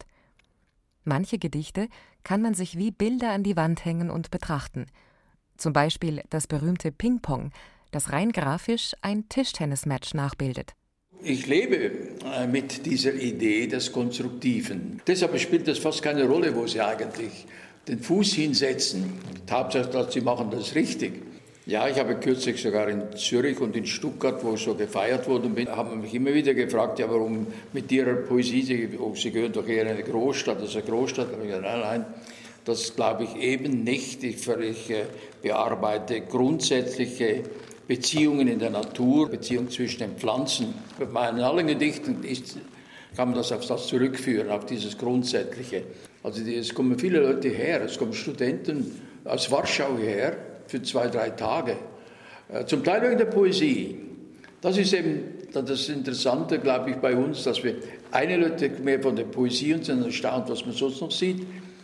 C: Manche Gedichte kann man sich wie Bilder an die Wand hängen und betrachten. Zum Beispiel das berühmte Ping-Pong, das rein grafisch ein Tischtennismatch nachbildet.
J: Ich lebe mit dieser Idee des Konstruktiven. Deshalb spielt es fast keine Rolle, wo Sie eigentlich den Fuß hinsetzen. Hauptsache, Sie machen das richtig. Ja, ich habe kürzlich sogar in Zürich und in Stuttgart, wo ich so gefeiert worden bin, haben mich immer wieder gefragt, ja, warum mit Ihrer Poesie, Sie, Sie gehören doch eher in eine Großstadt, das ist eine Großstadt. Da habe ich gesagt, nein, nein, das glaube ich eben nicht. Ich, ich bearbeite grundsätzliche Beziehungen in der Natur, Beziehungen zwischen den Pflanzen. Bei meinen allen Gedichten ist, kann man das auf das zurückführen, auf dieses Grundsätzliche. Also es kommen viele Leute her, es kommen Studenten aus Warschau her für zwei, drei Tage. Zum Teil wegen der Poesie. Das ist eben das Interessante, glaube ich, bei uns, dass wir eine Leute mehr von der Poesie und sind erstaunt, was man sonst noch sieht.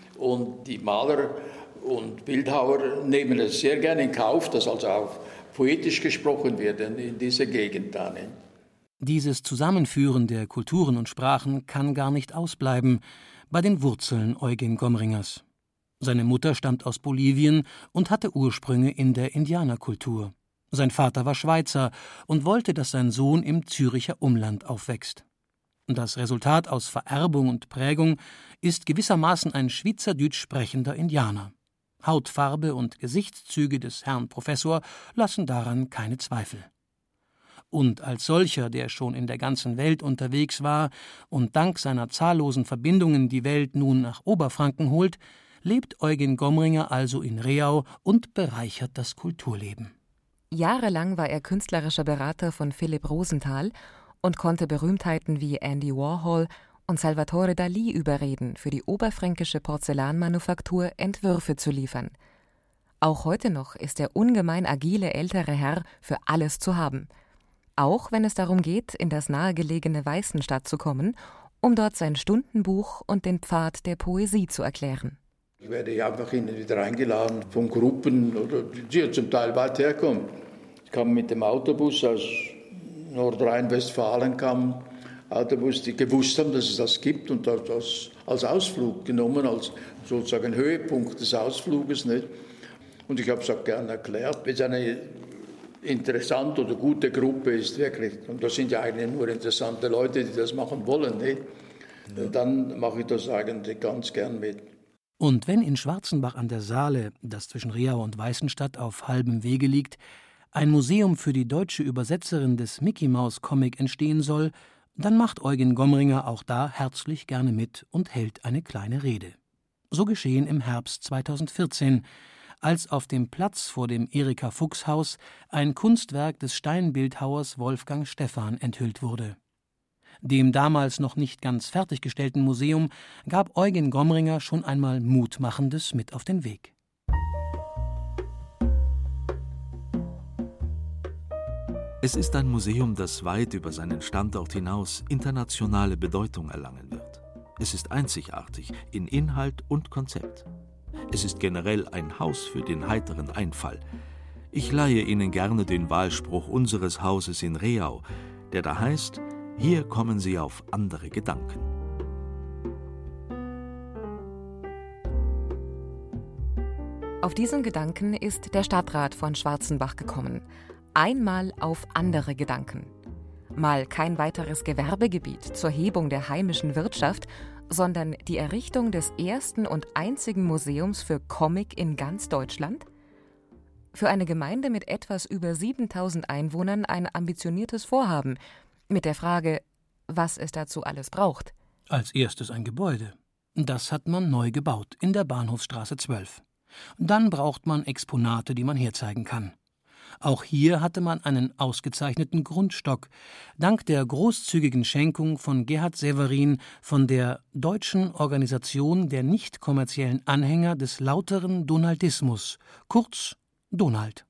J: Und die Maler und Bildhauer nehmen es sehr gerne in Kauf, dass also auch poetisch gesprochen wird in dieser Gegend. Da, ne?
B: Dieses Zusammenführen der Kulturen und Sprachen kann gar nicht ausbleiben bei den Wurzeln Eugen Gomringers. Seine Mutter stammt aus Bolivien und hatte Ursprünge in der Indianerkultur. Sein Vater war Schweizer und wollte, dass sein Sohn im Züricher Umland aufwächst. Das Resultat aus Vererbung und Prägung ist gewissermaßen ein schweizerdeutsch sprechender Indianer. Hautfarbe und Gesichtszüge des Herrn Professor lassen daran keine Zweifel. Und als solcher, der schon in der ganzen Welt unterwegs war und dank seiner zahllosen Verbindungen die Welt nun nach Oberfranken holt, lebt Eugen Gomringer also in Reau und bereichert das Kulturleben.
C: Jahrelang war er künstlerischer Berater von Philipp Rosenthal und konnte Berühmtheiten wie Andy Warhol und Salvatore Dalí überreden, für die oberfränkische Porzellanmanufaktur Entwürfe zu liefern. Auch heute noch ist der ungemein agile ältere Herr für alles zu haben. Auch wenn es darum geht, in das nahegelegene Weißenstadt zu kommen, um dort sein Stundenbuch und den Pfad der Poesie zu erklären.
J: Ich werde ja einfach hin und wieder eingeladen von Gruppen, oder die zum Teil weit herkommen. Ich kam mit dem Autobus aus Nordrhein-Westfalen, kam Autobus, die gewusst haben, dass es das gibt und das als Ausflug genommen, als sozusagen Höhepunkt des Ausfluges. Nicht? Und ich habe es auch gerne erklärt, wenn es eine interessante oder gute Gruppe ist, wirklich, und das sind ja eigentlich nur interessante Leute, die das machen wollen, nicht? Ja. Dann mache ich das eigentlich ganz gern mit.
B: Und wenn in Schwarzenbach an der Saale, das zwischen Reau und Weißenstadt auf halbem Wege liegt, ein Museum für die deutsche Übersetzerin des Mickey-Maus-Comic entstehen soll, dann macht Eugen Gomringer auch da herzlich gerne mit und hält eine kleine Rede. So geschehen im Herbst zweitausendvierzehn, als auf dem Platz vor dem Erika-Fuchs-Haus ein Kunstwerk des Steinbildhauers Wolfgang Stephan enthüllt wurde. Dem damals noch nicht ganz fertiggestellten Museum gab Eugen Gomringer schon einmal Mutmachendes mit auf den Weg.
D: Es ist ein Museum, das weit über seinen Standort hinaus internationale Bedeutung erlangen wird. Es ist einzigartig in Inhalt und Konzept. Es ist generell ein Haus für den heiteren Einfall. Ich leihe Ihnen gerne den Wahlspruch unseres Hauses in Reau, der da heißt: Hier kommen Sie auf andere Gedanken.
C: Auf diesen Gedanken ist der Stadtrat von Schwarzenbach gekommen. Einmal auf andere Gedanken. Mal kein weiteres Gewerbegebiet zur Hebung der heimischen Wirtschaft, sondern die Errichtung des ersten und einzigen Museums für Comic in ganz Deutschland? Für eine Gemeinde mit etwas über siebentausend Einwohnern ein ambitioniertes Vorhaben, mit der Frage, was es dazu alles braucht.
B: Als erstes ein Gebäude. Das hat man neu gebaut in der Bahnhofsstraße zwölf. Dann braucht man Exponate, die man herzeigen kann. Auch hier hatte man einen ausgezeichneten Grundstock, dank der großzügigen Schenkung von Gerhard Severin von der Deutschen Organisation der nicht kommerziellen Anhänger des lauteren Donaldismus, kurz Donald.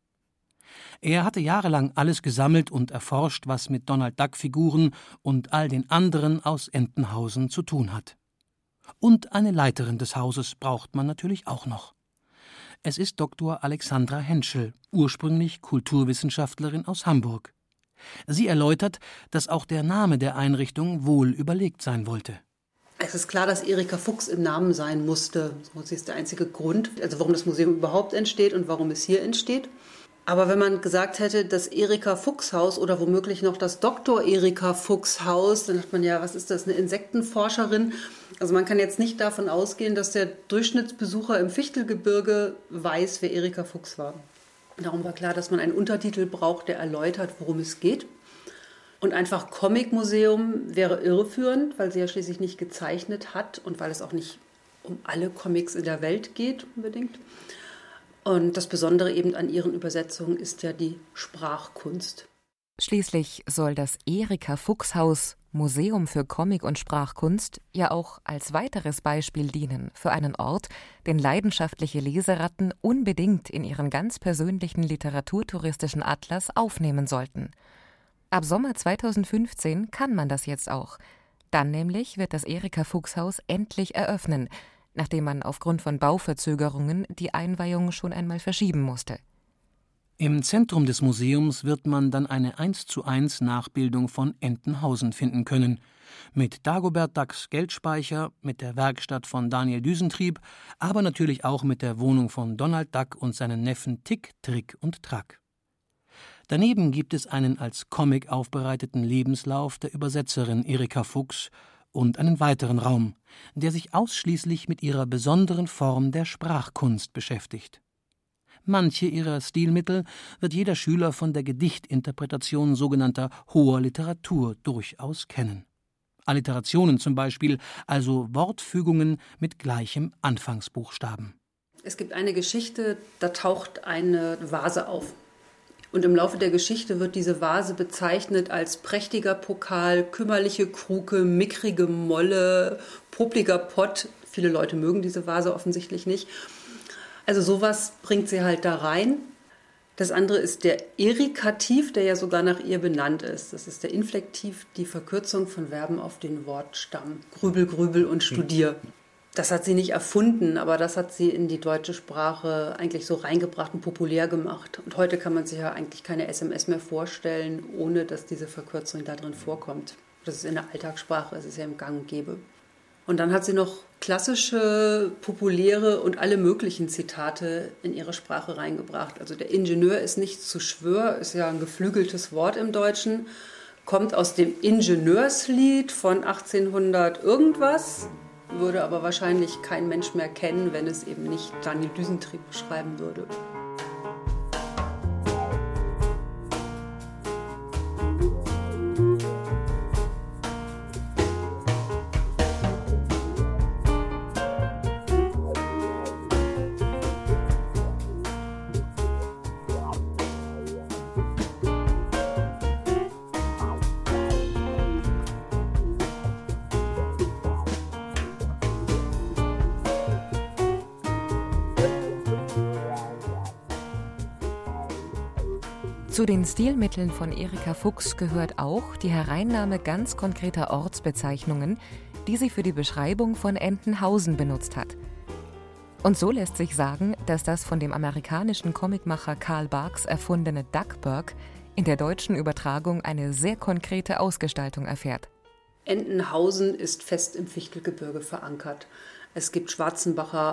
B: Er hatte jahrelang alles gesammelt und erforscht, was mit Donald-Duck-Figuren und all den anderen aus Entenhausen zu tun hat. Und eine Leiterin des Hauses braucht man natürlich auch noch. Es ist Doktor Alexandra Henschel, ursprünglich Kulturwissenschaftlerin aus Hamburg. Sie erläutert, dass auch der Name der Einrichtung wohl überlegt sein wollte.
K: Es ist klar, dass Erika Fuchs im Namen sein musste. Das ist der einzige Grund, also warum das Museum überhaupt entsteht und warum es hier entsteht. Aber wenn man gesagt hätte, das Erika Fuchs Haus oder womöglich noch das Doktor Erika Fuchs Haus, dann hat man ja, was ist das, eine Insektenforscherin? Also man kann jetzt nicht davon ausgehen, dass der Durchschnittsbesucher im Fichtelgebirge weiß, wer Erika Fuchs war. Darum war klar, dass man einen Untertitel braucht, der erläutert, worum es geht. Und einfach Comic-Museum wäre irreführend, weil sie ja schließlich nicht gezeichnet hat und weil es auch nicht um alle Comics in der Welt geht unbedingt. Und das Besondere eben an ihren Übersetzungen ist ja die Sprachkunst.
C: Schließlich soll das Erika Fuchs Haus, Museum für Comic- und Sprachkunst, ja auch als weiteres Beispiel dienen für einen Ort, den leidenschaftliche Leseratten unbedingt in ihren ganz persönlichen literaturtouristischen Atlas aufnehmen sollten. Ab Sommer zweitausendfünfzehn kann man das jetzt auch. Dann nämlich wird das Erika Fuchs Haus endlich eröffnen, nachdem man aufgrund von Bauverzögerungen die Einweihung schon einmal verschieben musste.
B: Im Zentrum des Museums wird man dann eine eins zu eins Nachbildung von Entenhausen finden können. Mit Dagobert Ducks Geldspeicher, mit der Werkstatt von Daniel Düsentrieb, aber natürlich auch mit der Wohnung von Donald Duck und seinen Neffen Tick, Trick und Track. Daneben gibt es einen als Comic aufbereiteten Lebenslauf der Übersetzerin Erika Fuchs und einen weiteren Raum, der sich ausschließlich mit ihrer besonderen Form der Sprachkunst beschäftigt. Manche ihrer Stilmittel wird jeder Schüler von der Gedichtinterpretation sogenannter hoher Literatur durchaus kennen. Alliterationen zum Beispiel, also Wortfügungen mit gleichem Anfangsbuchstaben.
K: Es gibt eine Geschichte, da taucht eine Vase auf. Und im Laufe der Geschichte wird diese Vase bezeichnet als prächtiger Pokal, kümmerliche Kruke, mickrige Molle, popliger Pott. Viele Leute mögen diese Vase offensichtlich nicht. Also sowas bringt sie halt da rein. Das andere ist der Erikativ, der ja sogar nach ihr benannt ist. Das ist der Inflektiv, die Verkürzung von Verben auf den Wortstamm. Grübel, grübel und studier. Das hat sie nicht erfunden, aber das hat sie in die deutsche Sprache eigentlich so reingebracht und populär gemacht. Und heute kann man sich ja eigentlich keine S M S mehr vorstellen, ohne dass diese Verkürzung da drin vorkommt. Das ist in der Alltagssprache, es ist ja im Gang und Gäbe. Und dann hat sie noch klassische, populäre und alle möglichen Zitate in ihre Sprache reingebracht. Also der Ingenieur ist nicht zu Schwör, ist ja ein geflügeltes Wort im Deutschen, kommt aus dem Ingenieurslied von achtzehnhundert irgendwas, würde aber wahrscheinlich kein Mensch mehr kennen, wenn es eben nicht Daniel Düsentrieb beschreiben würde.
C: Zu den Stilmitteln von Erika Fuchs gehört auch die Hereinnahme ganz konkreter Ortsbezeichnungen, die sie für die Beschreibung von Entenhausen benutzt hat. Und so lässt sich sagen, dass das von dem amerikanischen Comicmacher Karl Barks erfundene Duckburg in der deutschen Übertragung eine sehr konkrete Ausgestaltung erfährt.
K: Entenhausen ist fest im Fichtelgebirge verankert. Es gibt Schwarzenbacher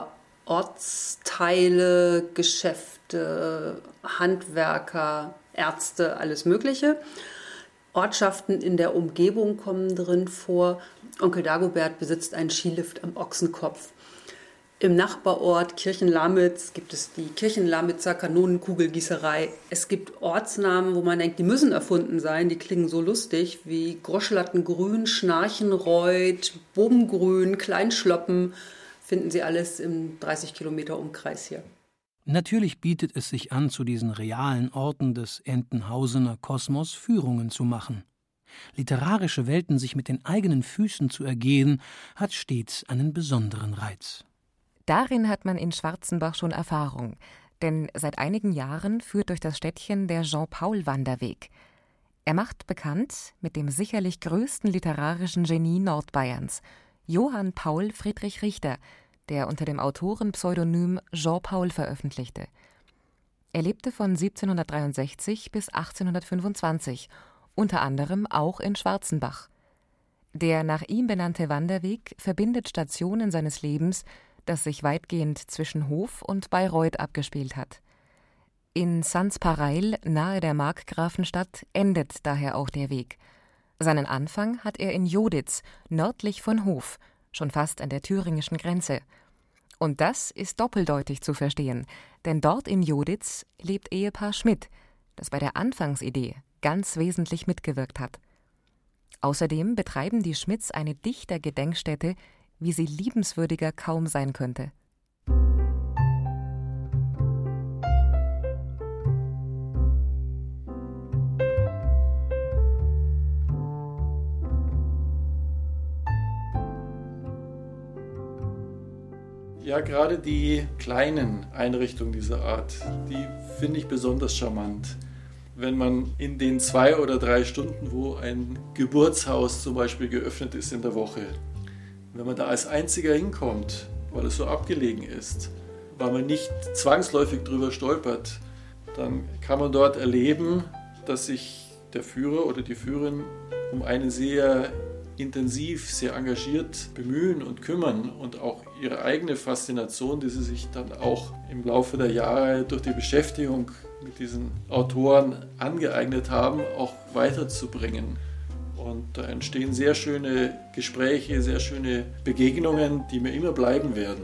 K: Ortsteile, Geschäfte, Handwerker, Ärzte, alles Mögliche. Ortschaften in der Umgebung kommen drin vor. Onkel Dagobert besitzt einen Skilift am Ochsenkopf. Im Nachbarort Kirchenlamitz gibt es die Kirchenlamitzer Kanonenkugelgießerei. Es gibt Ortsnamen, wo man denkt, die müssen erfunden sein. Die klingen so lustig wie Groschlattengrün, Schnarchenreuth, Bobengrün, Kleinschloppen. Finden Sie alles im dreißig Kilometer Umkreis hier.
B: Natürlich bietet es sich an, zu diesen realen Orten des Entenhausener Kosmos Führungen zu machen. Literarische Welten sich mit den eigenen Füßen zu ergehen, hat stets einen besonderen Reiz.
C: Darin hat man in Schwarzenbach schon Erfahrung, denn seit einigen Jahren führt durch das Städtchen der Jean-Paul-Wanderweg. Er macht bekannt mit dem sicherlich größten literarischen Genie Nordbayerns, Johann Paul Friedrich Richter, der unter dem Autorenpseudonym Jean Paul veröffentlichte. Er lebte von siebzehnhundertdreiundsechzig bis achtzehnhundertfünfundzwanzig, unter anderem auch in Schwarzenbach. Der nach ihm benannte Wanderweg verbindet Stationen seines Lebens, das sich weitgehend zwischen Hof und Bayreuth abgespielt hat. In Sanz-Pareil, nahe der Markgrafenstadt, endet daher auch der Weg. Seinen Anfang hat er in Joditz, nördlich von Hof, schon fast an der thüringischen Grenze. Und das ist doppeldeutig zu verstehen, denn dort in Joditz lebt Ehepaar Schmidt, das bei der Anfangsidee ganz wesentlich mitgewirkt hat. Außerdem betreiben die Schmidts eine Dichtergedenkstätte, wie sie liebenswürdiger kaum sein könnte.
E: Ja, gerade die kleinen Einrichtungen dieser Art, die finde ich besonders charmant. Wenn man in den zwei oder drei Stunden, wo ein Geburtshaus zum Beispiel geöffnet ist in der Woche, wenn man da als Einziger hinkommt, weil es so abgelegen ist, weil man nicht zwangsläufig drüber stolpert, dann kann man dort erleben, dass sich der Führer oder die Führerin um einen sehr intensiv, sehr engagiert bemühen und kümmern und auch ihre eigene Faszination, die sie sich dann auch im Laufe der Jahre durch die Beschäftigung mit diesen Autoren angeeignet haben, auch weiterzubringen. Und da entstehen sehr schöne Gespräche, sehr schöne Begegnungen, die mir immer bleiben werden.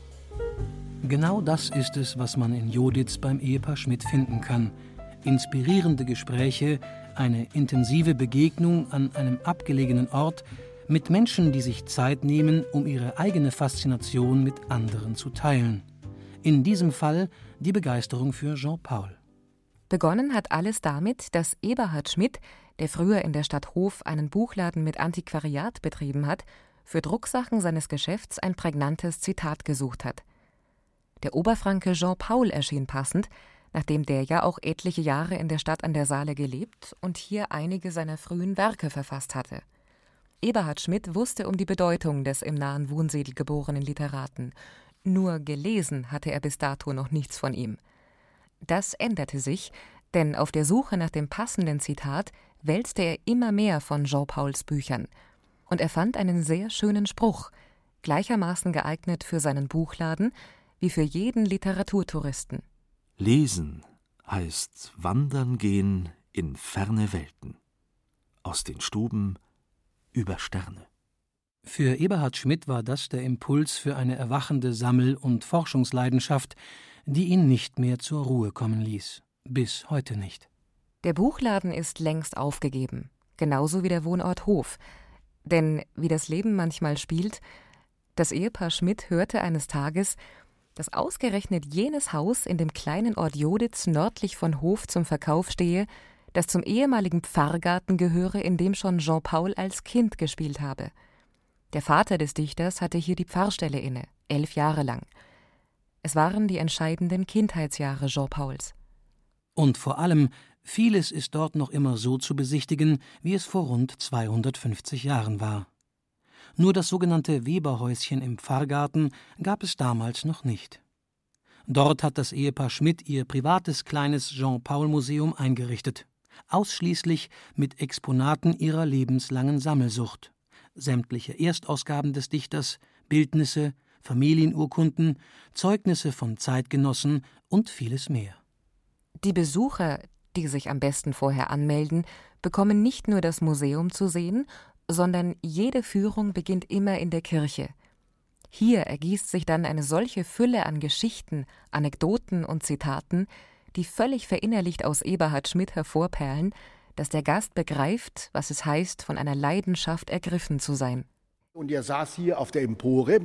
B: Genau das ist es, was man in Joditz beim Ehepaar Schmidt finden kann. Inspirierende Gespräche, eine intensive Begegnung an einem abgelegenen Ort mit Menschen, die sich Zeit nehmen, um ihre eigene Faszination mit anderen zu teilen. In diesem Fall die Begeisterung für Jean Paul.
C: Begonnen hat alles damit, dass Eberhard Schmidt, der früher in der Stadt Hof einen Buchladen mit Antiquariat betrieben hat, für Drucksachen seines Geschäfts ein prägnantes Zitat gesucht hat. Der Oberfranke Jean Paul erschien passend, nachdem der ja auch etliche Jahre in der Stadt an der Saale gelebt und hier einige seiner frühen Werke verfasst hatte. Eberhard Schmidt wusste um die Bedeutung des im nahen Wunsiedel geborenen Literaten. Nur gelesen hatte er bis dato noch nichts von ihm. Das änderte sich, denn auf der Suche nach dem passenden Zitat wälzte er immer mehr von Jean Pauls Büchern. Und er fand einen sehr schönen Spruch, gleichermaßen geeignet für seinen Buchladen wie für jeden Literaturtouristen.
D: Lesen heißt wandern gehen in ferne Welten, aus den Stuben über Sterne.
B: Für Eberhard Schmidt war das der Impuls für eine erwachende Sammel- und Forschungsleidenschaft, die ihn nicht mehr zur Ruhe kommen ließ. Bis heute nicht.
C: Der Buchladen ist längst aufgegeben, genauso wie der Wohnort Hof. Denn, wie das Leben manchmal spielt, das Ehepaar Schmidt hörte eines Tages, dass ausgerechnet jenes Haus in dem kleinen Ort Joditz nördlich von Hof zum Verkauf stehe, das zum ehemaligen Pfarrgarten gehöre, in dem schon Jean Paul als Kind gespielt habe. Der Vater des Dichters hatte hier die Pfarrstelle inne, elf Jahre lang. Es waren die entscheidenden Kindheitsjahre Jean Pauls.
B: Und vor allem, vieles ist dort noch immer so zu besichtigen, wie es vor rund zweihundertfünfzig Jahren war. Nur das sogenannte Weberhäuschen im Pfarrgarten gab es damals noch nicht. Dort hat das Ehepaar Schmidt ihr privates kleines Jean-Paul-Museum eingerichtet, ausschließlich mit Exponaten ihrer lebenslangen Sammelsucht. Sämtliche Erstausgaben des Dichters, Bildnisse, Familienurkunden, Zeugnisse von Zeitgenossen und vieles mehr.
C: Die Besucher, die sich am besten vorher anmelden, bekommen nicht nur das Museum zu sehen, sondern jede Führung beginnt immer in der Kirche. Hier ergießt sich dann eine solche Fülle an Geschichten, Anekdoten und Zitaten, die völlig verinnerlicht aus Eberhard Schmidt hervorperlen, dass der Gast begreift, was es heißt, von einer Leidenschaft ergriffen zu sein.
L: Und er saß hier auf der Empore.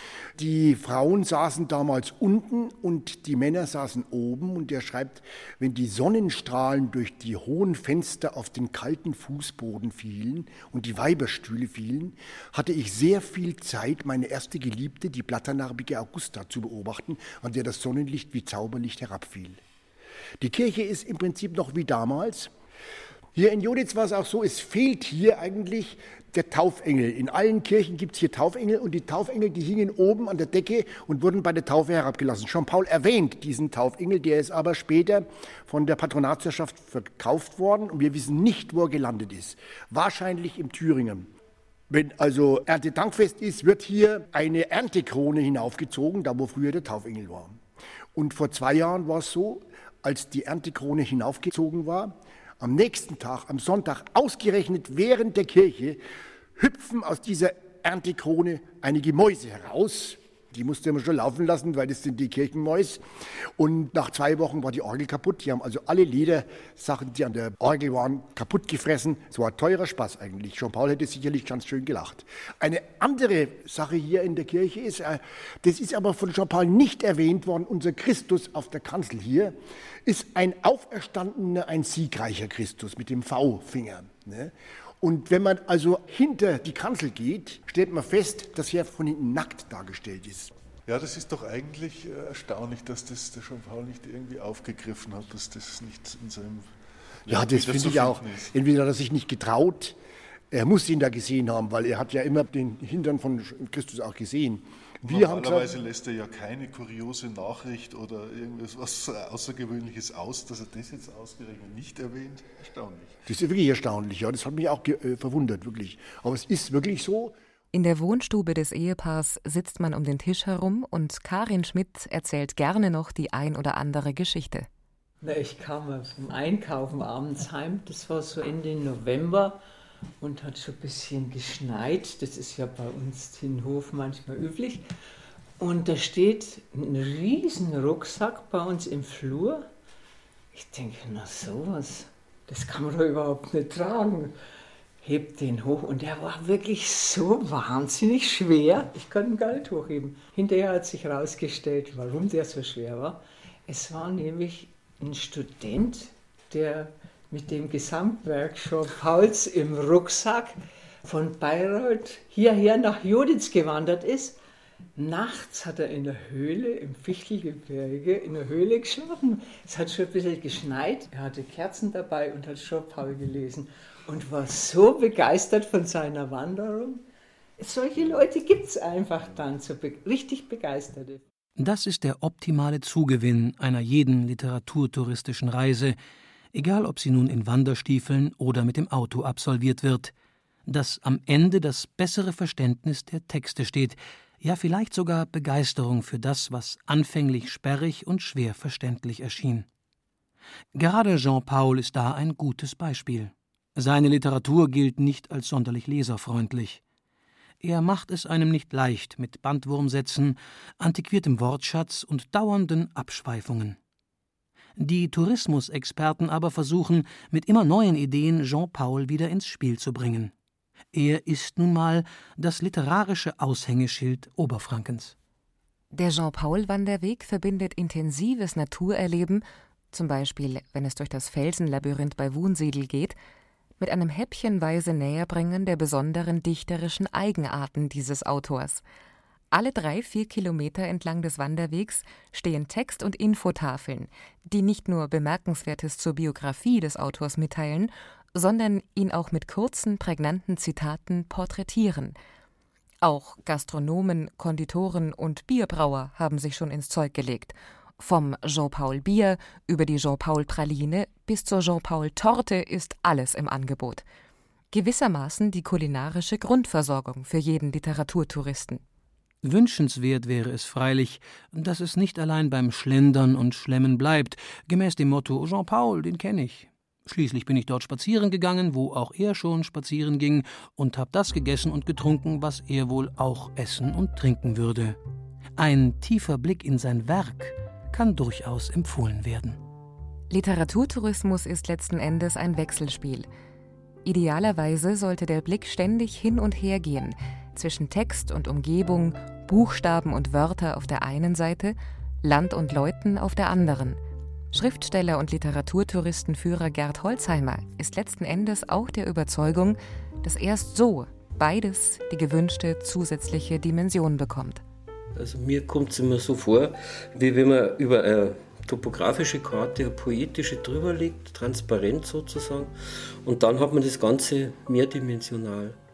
L: Die Frauen saßen damals unten und die Männer saßen oben. Und er schreibt, wenn die Sonnenstrahlen durch die hohen Fenster auf den kalten Fußboden fielen und die Weiberstühle fielen, hatte ich sehr viel Zeit, meine erste Geliebte, die blatternarbige Augusta, zu beobachten, an der das Sonnenlicht wie Zauberlicht herabfiel. Die Kirche ist im Prinzip noch wie damals. Hier in Joditz war es auch so, es fehlt hier eigentlich der Taufengel. In allen Kirchen gibt es hier Taufengel und die Taufengel, die hingen oben an der Decke und wurden bei der Taufe herabgelassen. Jean-Paul erwähnt diesen Taufengel, der ist aber später von der Patronatsherrschaft verkauft worden und wir wissen nicht, wo er gelandet ist. Wahrscheinlich im Thüringen. Wenn also Erntedankfest ist, wird hier eine Erntekrone hinaufgezogen, da wo früher der Taufengel war. Und vor zwei Jahren war es so, als die Erntekrone hinaufgezogen war, am nächsten Tag, am Sonntag, ausgerechnet während der Kirche, hüpfen aus dieser Erntekrone einige Mäuse heraus. Die musste man schon laufen lassen, weil das sind die Kirchenmäuse. Und nach zwei Wochen war die Orgel kaputt. Die haben also alle Ledersachen, die an der Orgel waren, kaputt gefressen. Es war ein teurer Spaß eigentlich. Jean-Paul hätte sicherlich ganz schön gelacht. Eine andere Sache hier in der Kirche ist, das ist aber von Jean-Paul nicht erwähnt worden, unser Christus auf der Kanzel hier ist ein auferstandener, ein siegreicher Christus mit dem V-Finger. Ne? Und wenn man also hinter die Kanzel geht, stellt man fest, dass er von hinten nackt dargestellt ist.
M: Ja, das ist doch eigentlich erstaunlich, dass das der Jean-Paul nicht irgendwie aufgegriffen hat, dass das nicht in seinem
L: Ja, das finde ich auch. Ist. Entweder hat er sich nicht getraut, er muss ihn da gesehen haben, weil er hat ja immer den Hintern von Christus auch gesehen. Wir
M: Normalerweise haben gesagt, lässt er ja keine kuriose Nachricht oder irgendwas was Außergewöhnliches aus, dass er das jetzt ausgerechnet nicht erwähnt. Erstaunlich.
L: Das ist wirklich erstaunlich, ja. Das hat mich auch äh, verwundert, wirklich. Aber es ist wirklich so.
C: In der Wohnstube des Ehepaars sitzt man um den Tisch herum und Karin Schmidt erzählt gerne noch die ein oder andere Geschichte.
N: Na, ich kam vom Einkaufen abends heim, das war so Ende November. Und hat schon ein bisschen geschneit, das ist ja bei uns in Hof manchmal üblich. Und da steht ein riesen Rucksack bei uns im Flur. Ich denke, na sowas, das kann man doch überhaupt nicht tragen. Hebt den hoch und der war wirklich so wahnsinnig schwer, ich konnte ihn gar nicht hochheben. Hinterher hat sich herausgestellt, warum der so schwer war. Es war nämlich ein Student, der mit dem Gesamtwerk Jean-Pauls im Rucksack von Bayreuth hierher nach Joditz gewandert ist. Nachts hat er in der Höhle, im Fichtelgebirge, in der Höhle geschlafen. Es hat schon ein bisschen geschneit. Er hatte Kerzen dabei und hat Jean-Paul gelesen und war so begeistert von seiner Wanderung. Solche Leute gibt es einfach dann, so be- richtig Begeisterte.
B: Das ist der optimale Zugewinn einer jeden literaturtouristischen Reise, egal ob sie nun in Wanderstiefeln oder mit dem Auto absolviert wird, dass am Ende das bessere Verständnis der Texte steht, ja vielleicht sogar Begeisterung für das, was anfänglich sperrig und schwer verständlich erschien. Gerade Jean-Paul ist da ein gutes Beispiel. Seine Literatur gilt nicht als sonderlich leserfreundlich. Er macht es einem nicht leicht mit Bandwurmsätzen, antiquiertem Wortschatz und dauernden Abschweifungen. Die Tourismusexperten aber versuchen, mit immer neuen Ideen Jean-Paul wieder ins Spiel zu bringen. Er ist nun mal das literarische Aushängeschild Oberfrankens.
C: Der Jean-Paul-Wanderweg verbindet intensives Naturerleben, zum Beispiel wenn es durch das Felsenlabyrinth bei Wunsiedel geht, mit einem häppchenweise Näherbringen der besonderen dichterischen Eigenarten dieses Autors. Alle drei, vier Kilometer entlang des Wanderwegs stehen Text- und Infotafeln, die nicht nur Bemerkenswertes zur Biografie des Autors mitteilen, sondern ihn auch mit kurzen, prägnanten Zitaten porträtieren. Auch Gastronomen, Konditoren und Bierbrauer haben sich schon ins Zeug gelegt. Vom Jean-Paul-Bier über die Jean-Paul-Praline bis zur Jean-Paul-Torte ist alles im Angebot. Gewissermaßen die kulinarische Grundversorgung für jeden Literaturtouristen.
B: Wünschenswert wäre es freilich, dass es nicht allein beim Schlendern und Schlemmen bleibt, gemäß dem Motto Jean-Paul, den kenne ich. Schließlich bin ich dort spazieren gegangen, wo auch er schon spazieren ging, und habe das gegessen und getrunken, was er wohl auch essen und trinken würde. Ein tiefer Blick in sein Werk kann durchaus empfohlen werden.
C: Literaturtourismus ist letzten Endes ein Wechselspiel. Idealerweise sollte der Blick ständig hin und her gehen, zwischen Text und Umgebung, Buchstaben und Wörter auf der einen Seite, Land und Leuten auf der anderen. Schriftsteller und Literaturtouristenführer Gerd Holzheimer ist letzten Endes auch der Überzeugung, dass erst so beides die gewünschte zusätzliche Dimension bekommt.
F: Also mir kommt es immer so vor, wie wenn man über eine topografische Karte, eine poetische drüber legt, transparent sozusagen, und dann hat man das Ganze mehrdimensional.